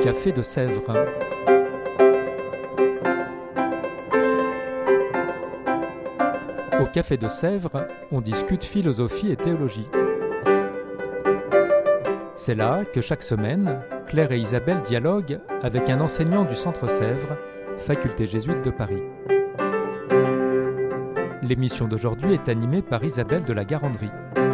Café de Sèvres. Au Café de Sèvres, on discute philosophie et théologie. C'est là que chaque semaine, Claire et Isabelle dialoguent avec un enseignant du Centre Sèvres, faculté jésuite de Paris. L'émission d'aujourd'hui est animée par Isabelle de la Garandrie.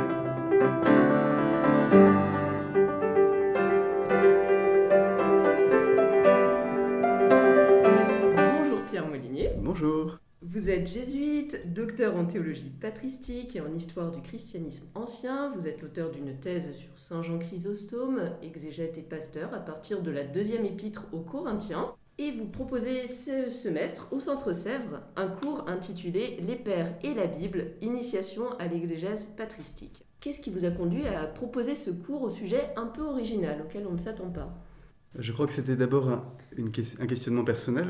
Bonjour Pierre Molinier. Bonjour. Vous êtes jésuite, docteur en théologie patristique et en histoire du christianisme ancien. Vous êtes l'auteur d'une thèse sur Saint Jean Chrysostome, exégète et pasteur, à partir de la deuxième épître aux Corinthiens. Et vous proposez ce semestre au Centre Sèvres un cours intitulé « Les Pères et la Bible, initiation à l'exégèse patristique ». Qu'est-ce qui vous a conduit à proposer ce cours au sujet un peu original, auquel on ne s'attend pas ? Je crois que c'était d'abord un questionnement personnel.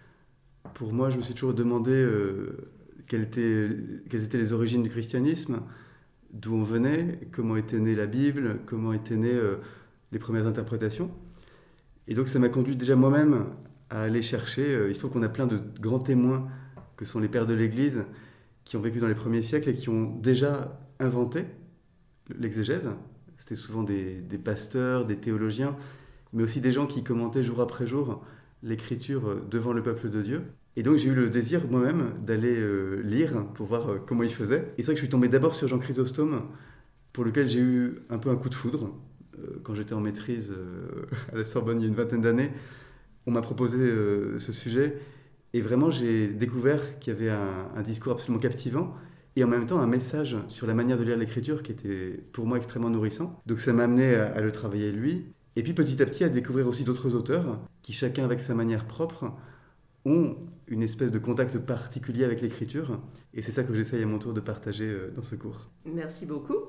Pour moi, je me suis toujours demandé quelles étaient les origines du christianisme, d'où on venait, comment était née la Bible, comment étaient nées les premières interprétations. Et donc ça m'a conduit déjà moi-même à aller chercher. Il se trouve qu'on a plein de grands témoins, que sont les pères de l'Église, qui ont vécu dans les premiers siècles et qui ont déjà inventé l'exégèse. C'était souvent des pasteurs, des théologiens, mais aussi des gens qui commentaient jour après jour l'écriture devant le peuple de Dieu. Et donc j'ai eu le désir moi-même d'aller lire pour voir comment il faisait. Et c'est vrai que je suis tombé d'abord sur Jean Chrysostome, pour lequel j'ai eu un peu un coup de foudre. Quand j'étais en maîtrise à la Sorbonne il y a une vingtaine d'années, on m'a proposé ce sujet. Et vraiment j'ai découvert qu'il y avait un discours absolument captivant et en même temps un message sur la manière de lire l'écriture qui était pour moi extrêmement nourrissant. Donc ça m'a amené à le travailler lui. Et puis petit à petit à découvrir aussi d'autres auteurs qui, chacun avec sa manière propre, ont une espèce de contact particulier avec l'écriture. Et c'est ça que j'essaye à mon tour de partager dans ce cours. Merci beaucoup.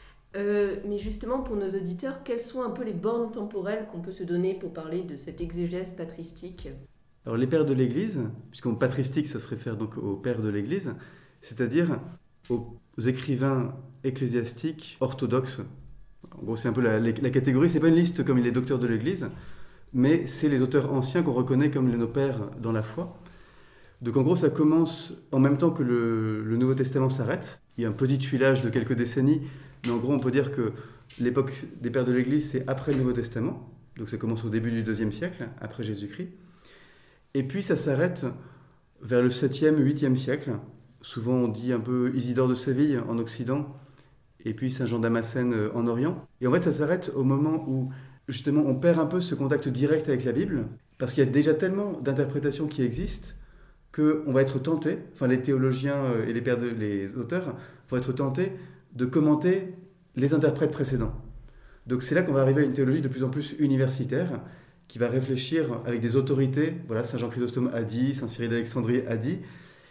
Mais justement, pour nos auditeurs, quelles sont un peu les bornes temporelles qu'on peut se donner pour parler de cette exégèse patristique ? Alors les pères de l'Église, puisqu'en patristique ça se réfère donc aux pères de l'Église, c'est-à-dire aux écrivains ecclésiastiques orthodoxes. En gros, c'est un peu la catégorie, c'est pas une liste comme les docteurs de l'Église, mais c'est les auteurs anciens qu'on reconnaît comme nos pères dans la foi. Donc en gros, ça commence en même temps que le Nouveau Testament s'arrête. Il y a un petit tuilage de quelques décennies, mais en gros, on peut dire que l'époque des pères de l'Église, c'est après le Nouveau Testament. Donc ça commence au début du IIe siècle, après Jésus-Christ. Et puis ça s'arrête vers le 7e, 8e siècle. Souvent on dit un peu Isidore de Séville en Occident, et puis Saint Jean Damascène en Orient. Et en fait, ça s'arrête au moment où, justement, on perd un peu ce contact direct avec la Bible, parce qu'il y a déjà tellement d'interprétations qui existent qu'on va être tenté, enfin les théologiens et les auteurs vont être tentés de commenter les interprètes précédents. Donc c'est là qu'on va arriver à une théologie de plus en plus universitaire, qui va réfléchir avec des autorités. Voilà, Saint Jean Chrysostome a dit, Saint Cyril d'Alexandrie a dit.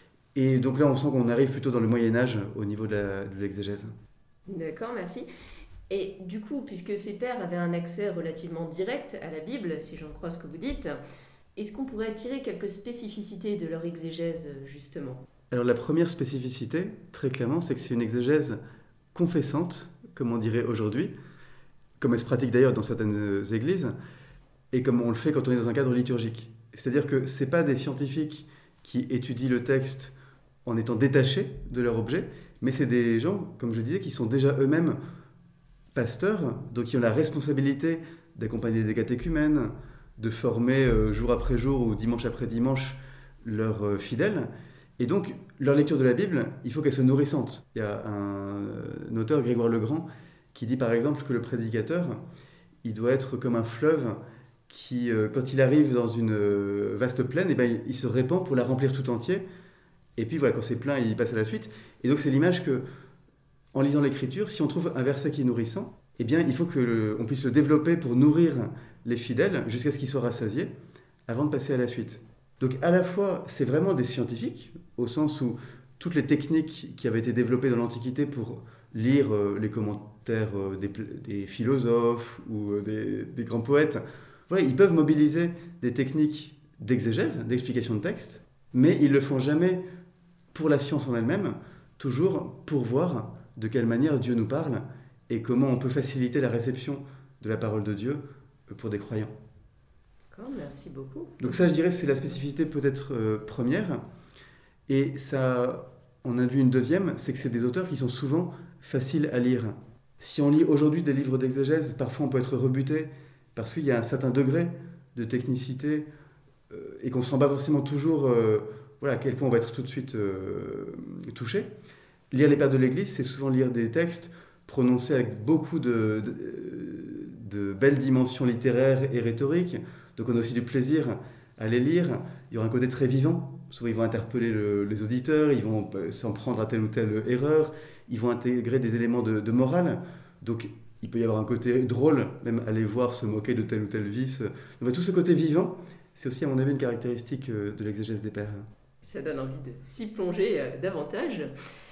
Et donc là, on sent qu'on arrive plutôt dans le Moyen-Âge au niveau de l'exégèse. D'accord, merci. Et du coup, puisque ces pères avaient un accès relativement direct à la Bible, si j'en crois ce que vous dites, est-ce qu'on pourrait tirer quelques spécificités de leur exégèse, justement ? Alors la première spécificité, très clairement, c'est que c'est une exégèse confessante, comme on dirait aujourd'hui, comme elle se pratique d'ailleurs dans certaines églises, et comme on le fait quand on est dans un cadre liturgique. C'est-à-dire que ce n'est pas des scientifiques qui étudient le texte en étant détachés de leur objet, mais c'est des gens, comme je disais, qui sont déjà eux-mêmes pasteurs, donc qui ont la responsabilité d'accompagner des catéchumènes, de former jour après jour ou dimanche après dimanche leurs fidèles. Et donc, leur lecture de la Bible, il faut qu'elle soit nourrissante. Il y a un auteur, Grégoire le Grand, qui dit par exemple que le prédicateur, il doit être comme un fleuve qui, quand il arrive dans une vaste plaine, eh ben, il se répand pour la remplir tout entier. Et puis voilà, quand c'est plein, il passe à la suite. Et donc c'est l'image que, en lisant l'Écriture, si on trouve un verset qui est nourrissant, eh bien il faut qu'on puisse le développer pour nourrir les fidèles jusqu'à ce qu'ils soient rassasiés, avant de passer à la suite. Donc à la fois, c'est vraiment des scientifiques, au sens où toutes les techniques qui avaient été développées dans l'Antiquité pour lire les commentaires des philosophes ou des grands poètes, voilà, ils peuvent mobiliser des techniques d'exégèse, d'explication de texte, mais ils ne le font jamais pour la science en elle-même, toujours pour voir de quelle manière Dieu nous parle et comment on peut faciliter la réception de la parole de Dieu pour des croyants. D'accord, merci beaucoup. Donc ça, je dirais, c'est la spécificité peut-être première. Et ça en induit une deuxième, c'est que c'est des auteurs qui sont souvent faciles à lire. Si on lit aujourd'hui des livres d'exégèse, parfois on peut être rebuté parce qu'il y a un certain degré de technicité et qu'on ne sent pas forcément toujours à quel point on va être tout de suite touché. Lire les pères de l'Église, c'est souvent lire des textes prononcés avec beaucoup de belles dimensions littéraires et rhétoriques. Donc on a aussi du plaisir à les lire. Il y aura un côté très vivant. Souvent ils vont interpeller les auditeurs, ils vont s'en prendre à telle ou telle erreur, ils vont intégrer des éléments de morale. Donc il peut y avoir un côté drôle, même aller voir, se moquer de tel ou tel vice. Donc tout ce côté vivant, c'est aussi à mon avis une caractéristique de l'exégèse des pères. Ça donne envie de s'y plonger davantage.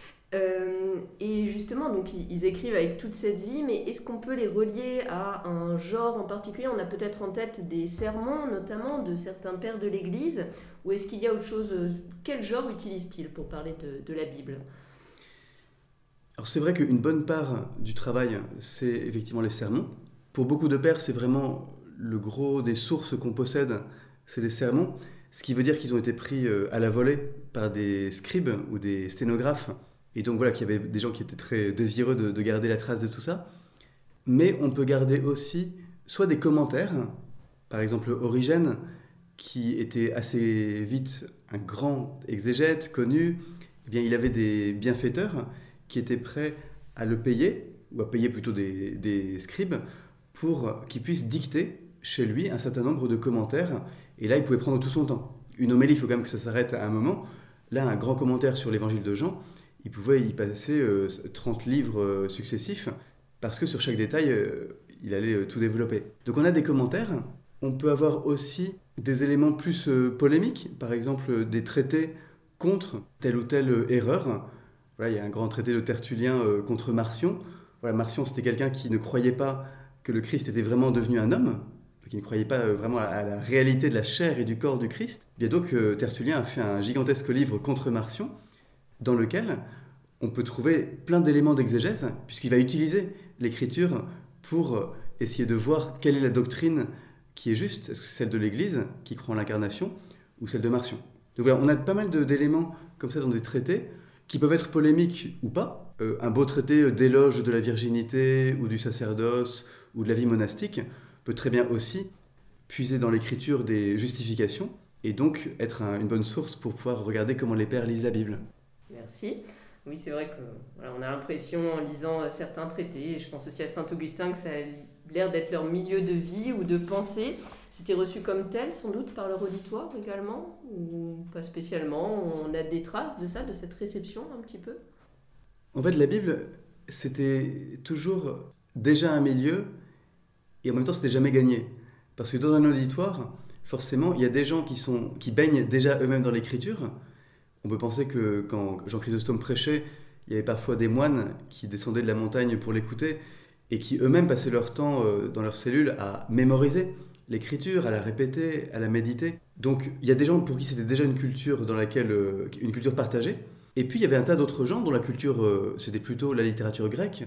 Et justement, donc ils écrivent avec toute cette vie, mais est-ce qu'on peut les relier à un genre en particulier? On a peut-être en tête des sermons, notamment de certains pères de l'Église, ou est-ce qu'il y a autre chose? Quel genre utilisent-ils pour parler de la Bible? Alors c'est vrai qu'une bonne part du travail, c'est effectivement les sermons. Pour beaucoup de pères, c'est vraiment le gros des sources qu'on possède, c'est les sermons, ce qui veut dire qu'ils ont été pris à la volée par des scribes ou des sténographes. Et donc voilà, qu'il y avait des gens qui étaient très désireux de garder la trace de tout ça. Mais on peut garder aussi soit des commentaires, par exemple Origène, qui était assez vite un grand exégète connu. Eh bien, il avait des bienfaiteurs qui étaient prêts à le payer, ou à payer plutôt des scribes, pour qu'ils puissent dicter chez lui un certain nombre de commentaires. Et là, il pouvait prendre tout son temps. Une homélie, il faut quand même que ça s'arrête à un moment. Là, un grand commentaire sur l'évangile de Jean, il pouvait y passer 30 livres successifs, parce que sur chaque détail, il allait tout développer. Donc on a des commentaires, on peut avoir aussi des éléments plus polémiques, par exemple des traités contre telle ou telle erreur. Voilà, il y a un grand traité de Tertullien contre Marcion. Voilà, Marcion, c'était quelqu'un qui ne croyait pas que le Christ était vraiment devenu un homme, qui ne croyait pas vraiment à la réalité de la chair et du corps du Christ. Bien donc, Tertullien a fait un gigantesque livre contre Marcion, dans lequel on peut trouver plein d'éléments d'exégèse, puisqu'il va utiliser l'écriture pour essayer de voir quelle est la doctrine qui est juste. Est-ce que c'est celle de l'Église, qui croit en l'incarnation, ou celle de Marcion? Donc voilà, on a pas mal d'éléments comme ça dans des traités, qui peuvent être polémiques ou pas. Un beau traité d'éloge de la virginité, ou du sacerdoce, ou de la vie monastique, peut très bien aussi puiser dans l'écriture des justifications, et donc être une bonne source pour pouvoir regarder comment les pères lisent la Bible. Merci. Oui, c'est vrai qu'on a l'impression en lisant certains traités, et je pense aussi à Saint-Augustin, que ça a l'air d'être leur milieu de vie ou de pensée. C'était reçu comme tel, sans doute, par leur auditoire également, ou pas spécialement? On a des traces de ça, de cette réception un petit peu? En fait, la Bible, c'était toujours déjà un milieu, et en même temps, c'était jamais gagné. Parce que dans un auditoire, forcément, il y a des gens qui baignent déjà eux-mêmes dans l'écriture. On peut penser que quand Jean Chrysostome prêchait, il y avait parfois des moines qui descendaient de la montagne pour l'écouter et qui eux-mêmes passaient leur temps dans leur cellule à mémoriser l'écriture, à la répéter, à la méditer. Donc il y a des gens pour qui c'était déjà une culture une culture partagée. Et puis il y avait un tas d'autres gens dont la culture, c'était plutôt la littérature grecque,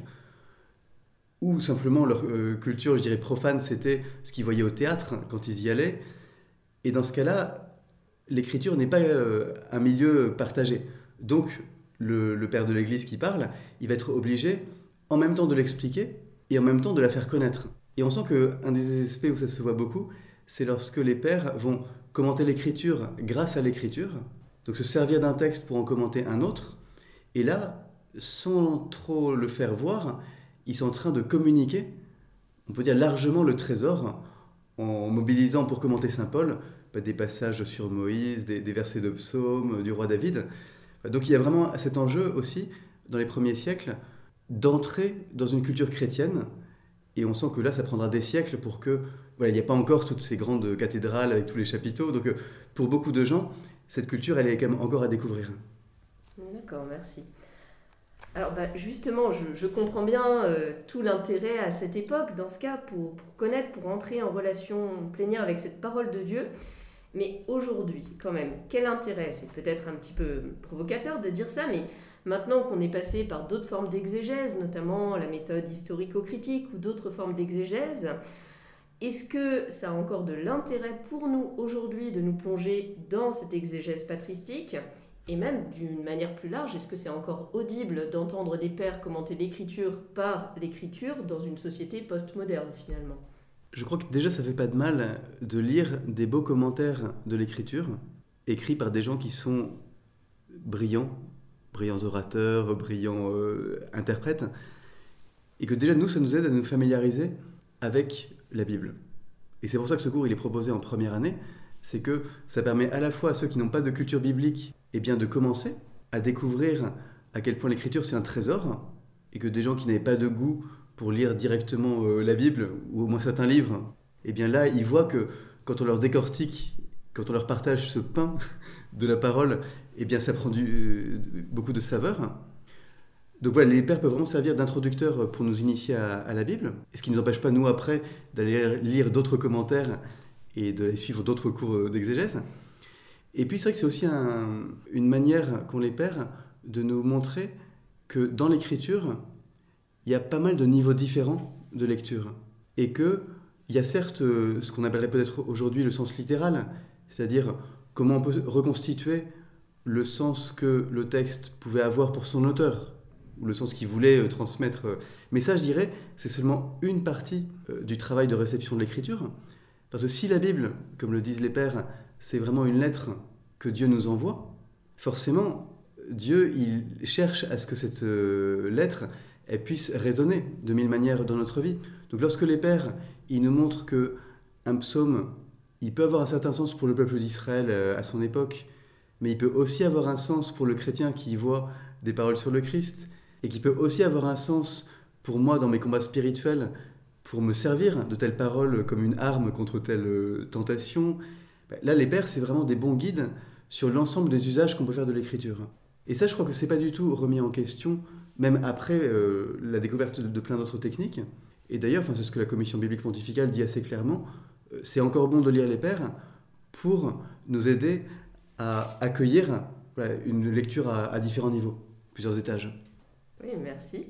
ou simplement leur culture, je dirais profane, c'était ce qu'ils voyaient au théâtre quand ils y allaient. Et dans ce cas-là, l'écriture n'est pas un milieu partagé. Donc, le père de l'Église qui parle, il va être obligé en même temps de l'expliquer et en même temps de la faire connaître. Et on sent qu'un des aspects où ça se voit beaucoup, c'est lorsque les pères vont commenter l'écriture grâce à l'écriture, donc se servir d'un texte pour en commenter un autre, et là, sans trop le faire voir, ils sont en train de communiquer, on peut dire largement le trésor, en mobilisant pour commenter Saint Paul, des passages sur Moïse, des versets de psaumes, du roi David. Donc il y a vraiment cet enjeu aussi, dans les premiers siècles, d'entrer dans une culture chrétienne, et on sent que là, ça prendra des siècles pour que... Voilà, il n'y a pas encore toutes ces grandes cathédrales avec tous les chapiteaux, donc pour beaucoup de gens, cette culture, elle est quand même encore à découvrir. D'accord, merci. Alors justement, je comprends bien tout l'intérêt à cette époque, dans ce cas, pour connaître, pour entrer en relation plénière avec cette parole de Dieu. Mais aujourd'hui, quand même, quel intérêt? C'est peut-être un petit peu provocateur de dire ça, mais maintenant qu'on est passé par d'autres formes d'exégèse, notamment la méthode historico-critique ou d'autres formes d'exégèse, Est-ce que ça a encore de l'intérêt pour nous aujourd'hui de nous plonger dans cette exégèse patristique ? Et même d'une manière plus large, est-ce que c'est encore audible d'entendre des pères commenter l'écriture par l'écriture dans une société postmoderne finalement ? Je crois que déjà ça fait pas de mal de lire des beaux commentaires de l'écriture, écrits par des gens qui sont brillants orateurs, brillants interprètes, et que déjà nous, ça nous aide à nous familiariser avec la Bible. Et c'est pour ça que ce cours il est proposé en première année, c'est que ça permet à la fois à ceux qui n'ont pas de culture biblique de commencer à découvrir à quel point l'écriture c'est un trésor, et que des gens qui n'avaient pas de goût pour lire directement la Bible, ou au moins certains livres, et bien là ils voient que quand on leur décortique, quand on leur partage ce pain de la parole, eh bien ça prend beaucoup de saveur. Donc voilà, les pères peuvent vraiment servir d'introducteurs pour nous initier à la Bible, et ce qui ne nous empêche pas, nous, après, d'aller lire d'autres commentaires et d'aller suivre d'autres cours d'exégèse. Et puis c'est vrai que c'est aussi une manière qu'ont les pères de nous montrer que dans l'écriture, il y a pas mal de niveaux différents de lecture. Et qu'il y a certes ce qu'on appellerait peut-être aujourd'hui le sens littéral, c'est-à-dire comment on peut reconstituer le sens que le texte pouvait avoir pour son auteur, ou le sens qu'il voulait transmettre. Mais ça, je dirais, c'est seulement une partie du travail de réception de l'écriture. Parce que si la Bible, comme le disent les pères, c'est vraiment une lettre que Dieu nous envoie, forcément, Dieu, il cherche à ce que cette lettre, elle puisse résonner de mille manières dans notre vie. Donc lorsque les pères, ils nous montrent qu'un psaume, il peut avoir un certain sens pour le peuple d'Israël à son époque, mais il peut aussi avoir un sens pour le chrétien qui y voit des paroles sur le Christ, et qui peut aussi avoir un sens pour moi dans mes combats spirituels, pour me servir de telles paroles comme une arme contre telle tentation. Là, les pères, c'est vraiment des bons guides sur l'ensemble des usages qu'on peut faire de l'écriture. Et ça, je crois que c'est pas du tout remis en question, même après la découverte de plein d'autres techniques. Et d'ailleurs, c'est ce que la Commission biblique pontificale dit assez clairement, c'est encore bon de lire les pères pour nous aider à accueillir une lecture à différents niveaux, plusieurs étages. Oui, merci.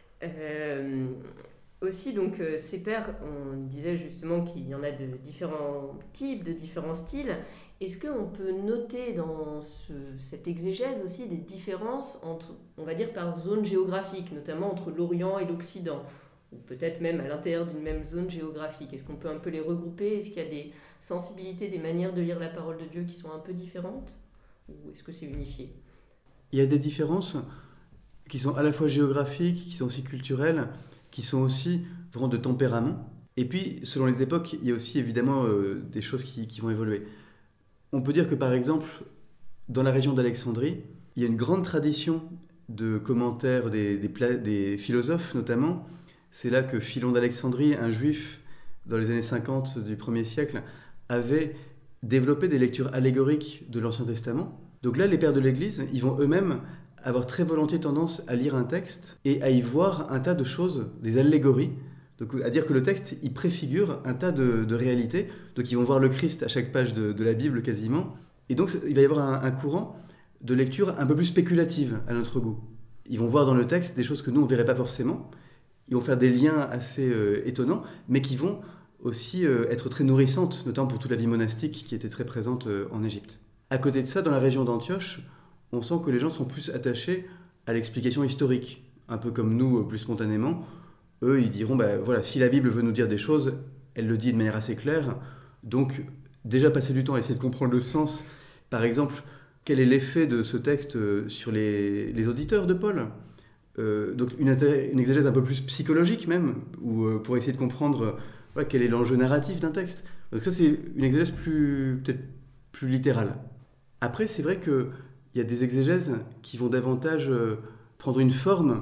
Aussi, donc, ces pères, on disait justement qu'il y en a de différents types, de différents styles. Est-ce qu'on peut noter dans cette exégèse aussi des différences entre, on va dire, par zone géographique, notamment entre l'Orient et l'Occident, ou peut-être même à l'intérieur d'une même zone géographique? Est-ce qu'on peut un peu les regrouper? Est-ce qu'il y a des sensibilités, des manières de lire la parole de Dieu qui sont un peu différentes? Ou est-ce que c'est unifié? Il y a des différences qui sont à la fois géographiques, qui sont aussi culturelles, qui sont aussi vraiment de tempérament. Et puis, selon les époques, il y a aussi évidemment des choses qui vont évoluer. On peut dire que par exemple, dans la région d'Alexandrie, il y a une grande tradition de commentaires des philosophes notamment. C'est là que Philon d'Alexandrie, un juif dans les années 50 du 1er siècle, avait développé des lectures allégoriques de l'Ancien Testament. Donc là, les pères de l'Église, ils vont eux-mêmes avoir très volontiers tendance à lire un texte et à y voir un tas de choses, des allégories. Donc, à dire que le texte, il préfigure un tas de réalités. Donc ils vont voir le Christ à chaque page de la Bible quasiment. Et donc il va y avoir un courant de lecture un peu plus spéculative à notre goût. Ils vont voir dans le texte des choses que nous, on ne verrait pas forcément. Ils vont faire des liens assez étonnants, mais qui vont aussi être très nourrissantes, notamment pour toute la vie monastique qui était très présente en Égypte. À côté de ça, dans la région d'Antioche, on sent que les gens sont plus attachés à l'explication historique, un peu comme nous, plus spontanément. Eux, ils diront, voilà, si la Bible veut nous dire des choses, elle le dit de manière assez claire. Donc, déjà passer du temps à essayer de comprendre le sens. Par exemple, quel est l'effet de ce texte sur les auditeurs de Paul ? Donc, une exégèse un peu plus psychologique même, pour essayer de comprendre quel est l'enjeu narratif d'un texte. Donc ça, c'est une exégèse peut-être plus littérale. Après, c'est vrai qu'il y a des exégèses qui vont davantage prendre une forme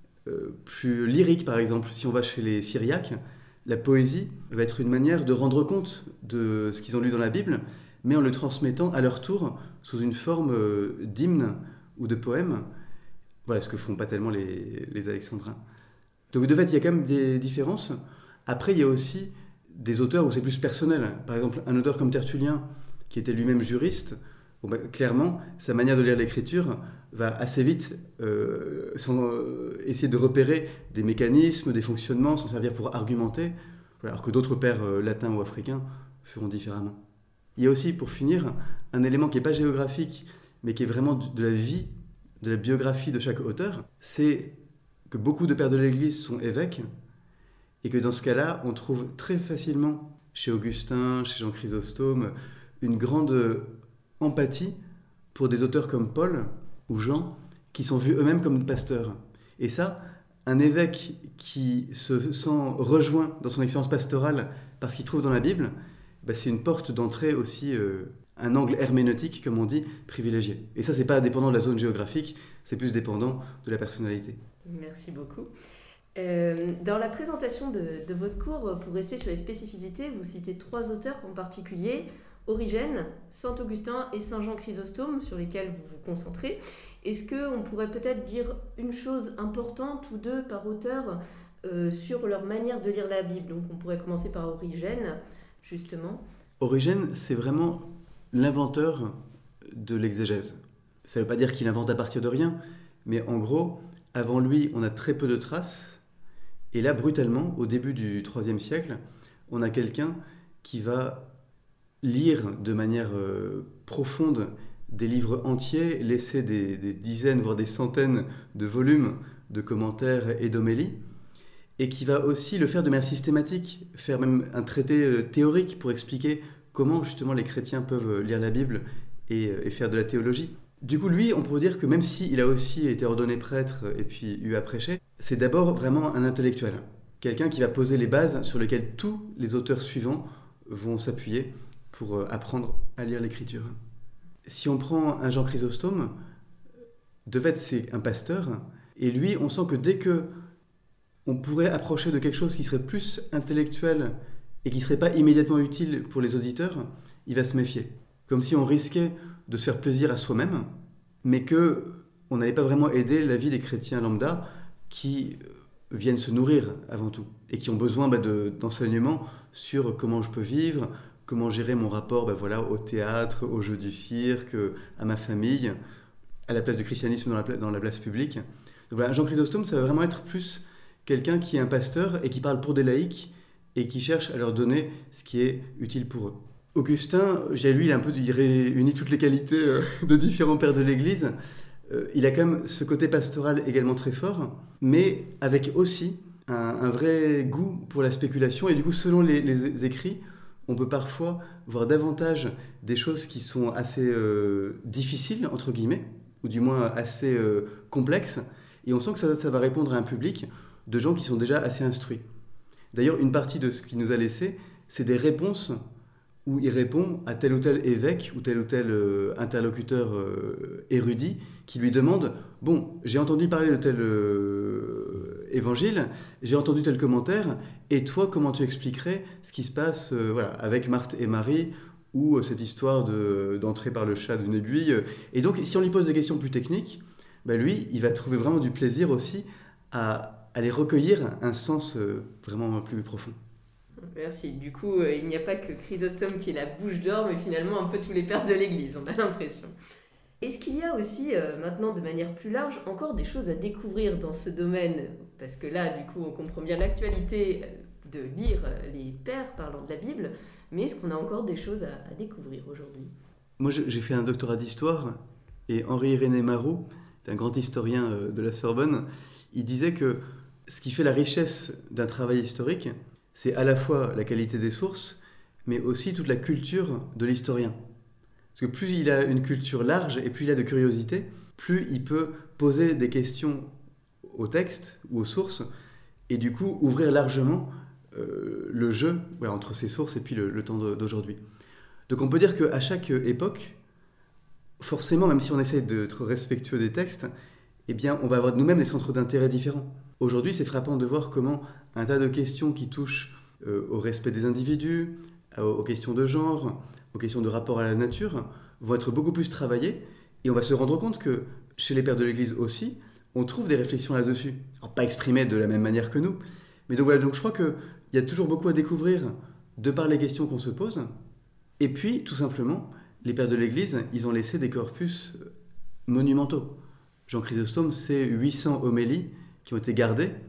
plus lyrique, par exemple. Si on va chez les Syriaques, la poésie va être une manière de rendre compte de ce qu'ils ont lu dans la Bible, mais en le transmettant à leur tour sous une forme d'hymne ou de poème. Voilà ce que font pas tellement les Alexandrins. Donc de fait, il y a quand même des différences. Après, il y a aussi des auteurs où c'est plus personnel. Par exemple, un auteur comme Tertullien, qui était lui-même juriste, clairement, sa manière de lire l'écriture va assez vite essayer de repérer des mécanismes, des fonctionnements, s'en servir pour argumenter. alors que d'autres pères latins ou africains feront différemment. Il y a aussi, pour finir, un élément qui n'est pas géographique, mais qui est vraiment de la vie, de la biographie de chaque auteur, c'est que beaucoup de pères de l'Église sont évêques, et que dans ce cas-là, on trouve très facilement, chez Augustin, chez Jean Chrysostome, une grande empathie pour des auteurs comme Paul ou Jean, qui sont vus eux-mêmes comme pasteurs. Et ça, un évêque qui se sent rejoint dans son expérience pastorale parce qu'il trouve dans la Bible, c'est une porte d'entrée aussi, un angle herméneutique, comme on dit, privilégié. Et ça, c'est pas dépendant de la zone géographique, c'est plus dépendant de la personnalité. Merci beaucoup. Dans la présentation de votre cours, pour rester sur les spécificités, vous citez 3 auteurs en particulier, Origène, Saint Augustin et Saint Jean Chrysostome, sur lesquels vous vous concentrez. Est-ce qu'on pourrait peut-être dire une chose importante ou 2 par auteur sur leur manière de lire la Bible? Donc on pourrait commencer par Origène, justement. Origène, c'est vraiment l'inventeur de l'exégèse. Ça ne veut pas dire qu'il invente à partir de rien, mais en gros, avant lui, on a très peu de traces. Et là, brutalement, au début du IIIe siècle, on a quelqu'un qui va lire de manière profonde des livres entiers, laisser des dizaines, voire des centaines de volumes de commentaires et d'homélies, et qui va aussi le faire de manière systématique, faire même un traité théorique pour expliquer comment justement les chrétiens peuvent lire la Bible et faire de la théologie. Du coup, lui, on pourrait dire que même s'il a aussi été ordonné prêtre et puis eu à prêcher, c'est d'abord vraiment un intellectuel, quelqu'un qui va poser les bases sur lesquelles tous les auteurs suivants vont s'appuyer pour apprendre à lire l'Écriture. Si on prend un Jean Chrysostome, de fait, c'est un pasteur, et lui, on sent que dès que on pourrait approcher de quelque chose qui serait plus intellectuel et qui ne serait pas immédiatement utile pour les auditeurs, il va se méfier. Comme si on risquait de se faire plaisir à soi-même, mais qu'on n'allait pas vraiment aider la vie des chrétiens lambda qui viennent se nourrir avant tout, et qui ont besoin d'enseignements sur comment je peux vivre, comment gérer mon rapport au théâtre, aux jeux du cirque, à ma famille, à la place du christianisme dans la place publique. Donc voilà, Jean Chrysostome, ça va vraiment être plus quelqu'un qui est un pasteur et qui parle pour des laïcs et qui cherche à leur donner ce qui est utile pour eux. Augustin, lui, il réunit toutes les qualités de différents pères de l'Église. Il a quand même ce côté pastoral également très fort, mais avec aussi un vrai goût pour la spéculation. Et du coup, selon les écrits, on peut parfois voir davantage des choses qui sont assez difficiles, entre guillemets, ou du moins assez complexes. Et on sent que ça va répondre à un public de gens qui sont déjà assez instruits. D'ailleurs, une partie de ce qu'il nous a laissé, c'est des réponses où il répond à tel ou tel évêque ou tel interlocuteur érudit qui lui demande « Bon, j'ai entendu parler de tel évangile, j'ai entendu tel commentaire, et toi, comment tu expliquerais ce qui se passe avec Marthe et Marie ou cette histoire d'entrer par le chat d'une aiguille ?» Et donc, si on lui pose des questions plus techniques, lui, il va trouver vraiment du plaisir aussi à aller recueillir un sens vraiment plus profond. Merci. Du coup, il n'y a pas que Chrysostome qui est la bouche d'or, mais finalement un peu tous les pères de l'Église, on a l'impression. Est-ce qu'il y a aussi, maintenant de manière plus large, encore des choses à découvrir dans ce domaine? Parce que là, du coup, on comprend bien l'actualité de lire les pères parlant de la Bible, mais est-ce qu'on a encore des choses à découvrir aujourd'hui? Moi, j'ai fait un doctorat d'histoire, et Henri-Irénée Marot, un grand historien de la Sorbonne, il disait que ce qui fait la richesse d'un travail historique, c'est à la fois la qualité des sources, mais aussi toute la culture de l'historien. Parce que plus il a une culture large et plus il a de curiosité, plus il peut poser des questions au texte ou aux sources, et du coup ouvrir largement le jeu entre ces sources et puis le temps d'aujourd'hui. Donc on peut dire qu'à chaque époque, forcément, même si on essaie d'être respectueux des textes, eh bien, on va avoir nous-mêmes des centres d'intérêt différents. Aujourd'hui, c'est frappant de voir comment un tas de questions qui touchent au respect des individus, aux questions de genre, aux questions de rapport à la nature, vont être beaucoup plus travaillées, et on va se rendre compte que chez les pères de l'Église aussi, on trouve des réflexions là-dessus. Alors, pas exprimées de la même manière que nous, mais donc voilà, donc je crois qu'il y a toujours beaucoup à découvrir de par les questions qu'on se pose, et puis, tout simplement, les pères de l'Église, ils ont laissé des corpus monumentaux. Jean Chrysostome, c'est 800 homélies qui ont été gardées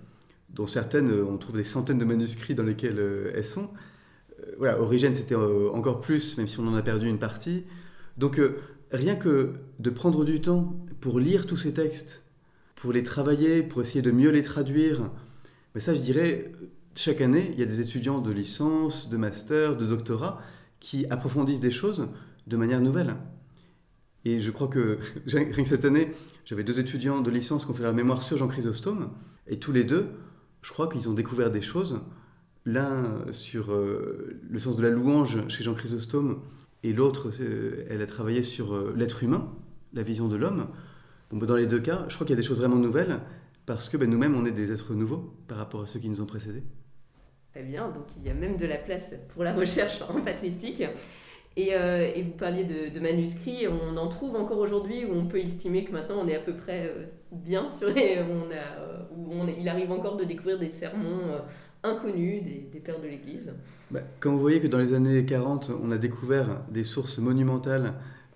dont certaines, on trouve des centaines de manuscrits dans lesquels elles sont. Voilà, Origène, c'était encore plus, même si on en a perdu une partie. Donc, rien que de prendre du temps pour lire tous ces textes, pour les travailler, pour essayer de mieux les traduire, mais ça, je dirais, chaque année, il y a des étudiants de licence, de master, de doctorat qui approfondissent des choses de manière nouvelle. Et je crois que, rien que cette année, j'avais 2 étudiants de licence qui ont fait leur mémoire sur Jean Chrysostome, et tous les 2, je crois qu'ils ont découvert des choses, l'un sur le sens de la louange chez Jean Chrysostome, et l'autre, elle a travaillé sur l'être humain, la vision de l'homme. Bon, dans les 2 cas, je crois qu'il y a des choses vraiment nouvelles, parce que nous-mêmes, on est des êtres nouveaux par rapport à ceux qui nous ont précédés. Très bien, donc il y a même de la place pour la recherche en patristique. Et vous parliez de manuscrits, on en trouve encore aujourd'hui où on peut estimer que maintenant on est à peu près bien sur il arrive encore de découvrir des sermons inconnus des pères de l'Église. Quand vous voyez que dans les années 40, on a découvert des sources monumentales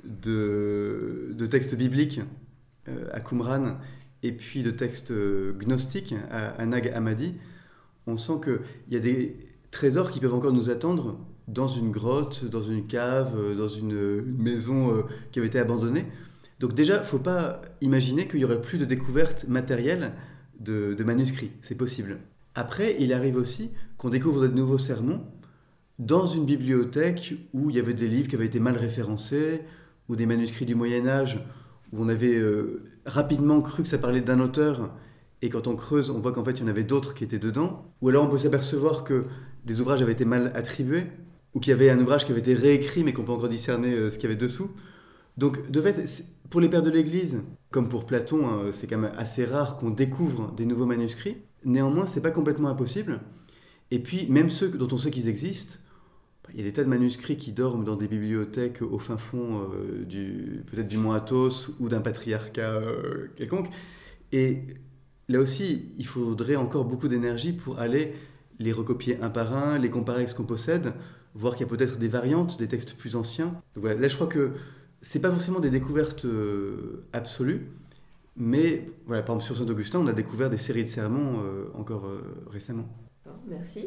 de textes bibliques à Qumran et puis de textes gnostiques à Nag Hammadi, on sent qu'il y a des trésors qui peuvent encore nous attendre dans une grotte, dans une cave, dans une maison qui avait été abandonnée. Donc déjà, il ne faut pas imaginer qu'il n'y aurait plus de découvertes matérielles de manuscrits. C'est possible. Après, il arrive aussi qu'on découvre de nouveaux sermons dans une bibliothèque où il y avait des livres qui avaient été mal référencés, ou des manuscrits du Moyen-Âge, où on avait rapidement cru que ça parlait d'un auteur, et quand on creuse, on voit qu'en fait, il y en avait d'autres qui étaient dedans. Ou alors on peut s'apercevoir que des ouvrages avaient été mal attribués, ou qu'il y avait un ouvrage qui avait été réécrit mais qu'on peut encore discerner ce qu'il y avait dessous. Donc, de fait, pour les pères de l'Église, comme pour Platon, c'est quand même assez rare qu'on découvre des nouveaux manuscrits. Néanmoins, c'est pas complètement impossible. Et puis, même ceux dont on sait qu'ils existent, il y a des tas de manuscrits qui dorment dans des bibliothèques au fin fond peut-être du mont Athos ou d'un patriarcat quelconque. Et là aussi, il faudrait encore beaucoup d'énergie pour aller les recopier un par un, les comparer avec ce qu'on possède, voir qu'il y a peut-être des variantes, des textes plus anciens. Donc voilà, là, je crois que c'est pas forcément des découvertes absolues, mais voilà, par exemple sur Saint-Augustin, on a découvert des séries de sermons encore récemment. Merci.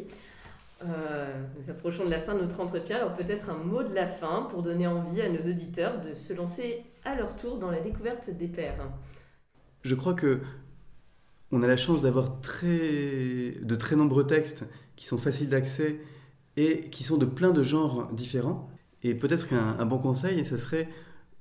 Nous approchons de la fin de notre entretien, alors peut-être un mot de la fin pour donner envie à nos auditeurs de se lancer à leur tour dans la découverte des pères. Je crois que on a la chance d'avoir de très nombreux textes qui sont faciles d'accès et qui sont de plein de genres différents. Et peut-être qu'un bon conseil, ça serait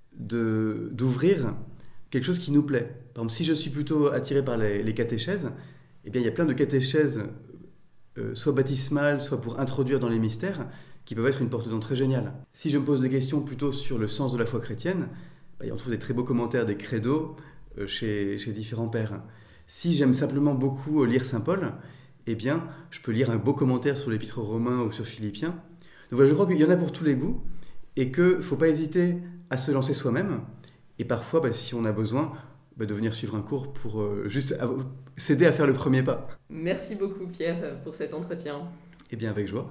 d'ouvrir quelque chose qui nous plaît. Par exemple, si je suis plutôt attiré par les catéchèses, eh bien, il y a plein de catéchèses, soit baptismales, soit pour introduire dans les mystères, qui peuvent être une porte d'entrée géniale. Si je me pose des questions plutôt sur le sens de la foi chrétienne, on trouve des très beaux commentaires des credos chez différents pères. Si j'aime simplement beaucoup lire Saint Paul, eh bien, je peux lire un beau commentaire sur l'Épître aux Romains ou sur Philippiens. Donc voilà, je crois qu'il y en a pour tous les goûts et qu'il ne faut pas hésiter à se lancer soi-même. Et parfois, si on a besoin, de venir suivre un cours pour juste s'aider à faire le premier pas. Merci beaucoup Pierre pour cet entretien. Eh bien, avec joie.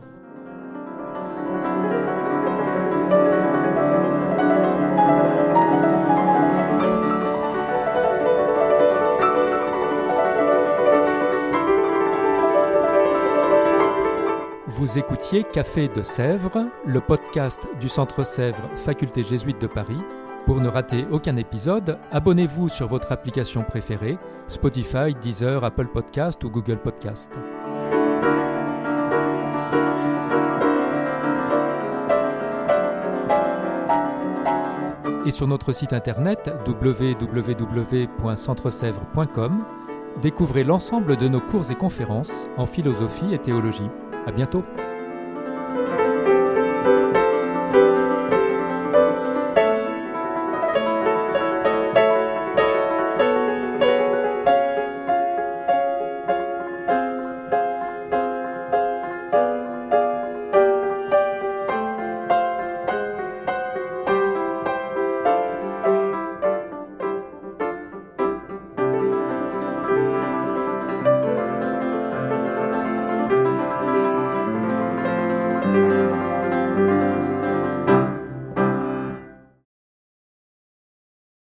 Vous écoutiez Café de Sèvres, le podcast du Centre Sèvres, Faculté jésuite de Paris. Pour ne rater aucun épisode, abonnez-vous sur votre application préférée, Spotify, Deezer, Apple Podcast ou Google Podcast. Et sur notre site internet www.centresèvres.com, découvrez l'ensemble de nos cours et conférences en philosophie et théologie. À bientôt.